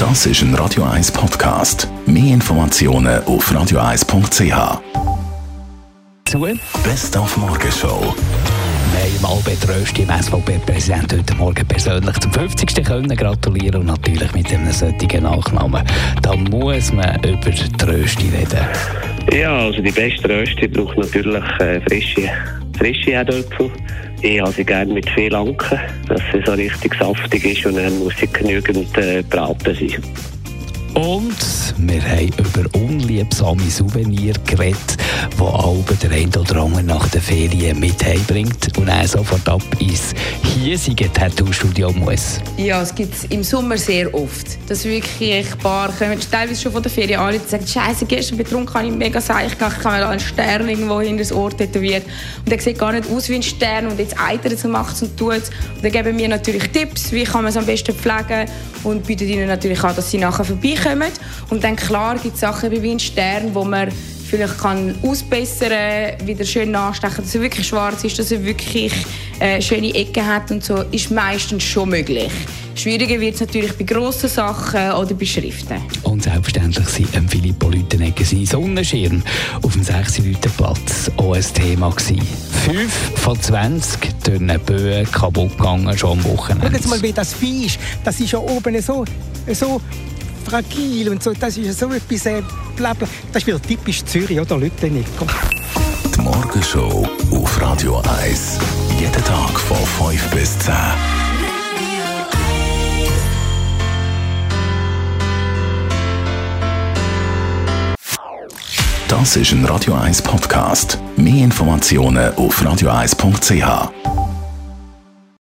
Das ist ein Radio 1 Podcast. Mehr Informationen auf radio1.ch. Best auf Morgenshow. Wir haben Albert Rösti, dem SVP-Präsident, heute Morgen persönlich zum 50. können gratulieren und natürlich mit einem solchen Nachnamen. Da muss man über die Rösti reden. Ja, also die beste Rösti braucht natürlich frische Erdäpfel. Ich habe sie gerne mit viel Anken, dass sie so richtig saftig ist und dann muss sie genügend braten sein. Und wir haben über unliebsame Souvenirs geredet, die alle der eine oder andere nach den Ferien mit heimbringt und dann sofort ab ins hiesige Tattoo-Studio muss. Ja, es gibt es im Sommer sehr oft. Dass wirklich ein paar kommen, teilweise schon von der Ferien an, die sagen, «Scheiße, gestern betrunken habe ich mega seich gemacht, ich habe mir einen Stern irgendwo hinter das Ohr tätowiert.» Und der sieht gar nicht aus wie ein Stern und jetzt eitert es und macht es und tut es. Und dann geben wir natürlich Tipps, wie kann man es am besten pflegen und bieten ihnen natürlich an, dass sie nachher vorbeikommen. Und dann klar gibt es Sachen wie ein Stern, wo man vielleicht kann ausbessern, wieder schön nachstechen, dass er wirklich schwarz ist, dass er wirklich schöne Ecken hat und so, ist meistens schon möglich. Schwieriger wird es natürlich bei grossen Sachen oder bei Schriften. Und selbstverständlich waren Filippo Lüttenegger sein Sonnenschirm auf dem 6-Leuten-Platz auch ein Thema gewesen. 5 von 20 durch eine Böe kaputt gegangen, schon am Wochenende. Schauen Sie mal, wie das Vieh ist. Das ist ja oben so fragil und so. Das ist so etwas blabla. Das ist wieder typisch Zürich oder Lüttenegger. Die Morgenshow auf Radio 1. Jeden Tag von 5 bis 10. Das ist ein Radio 1 Podcast. Mehr Informationen auf radio1.ch.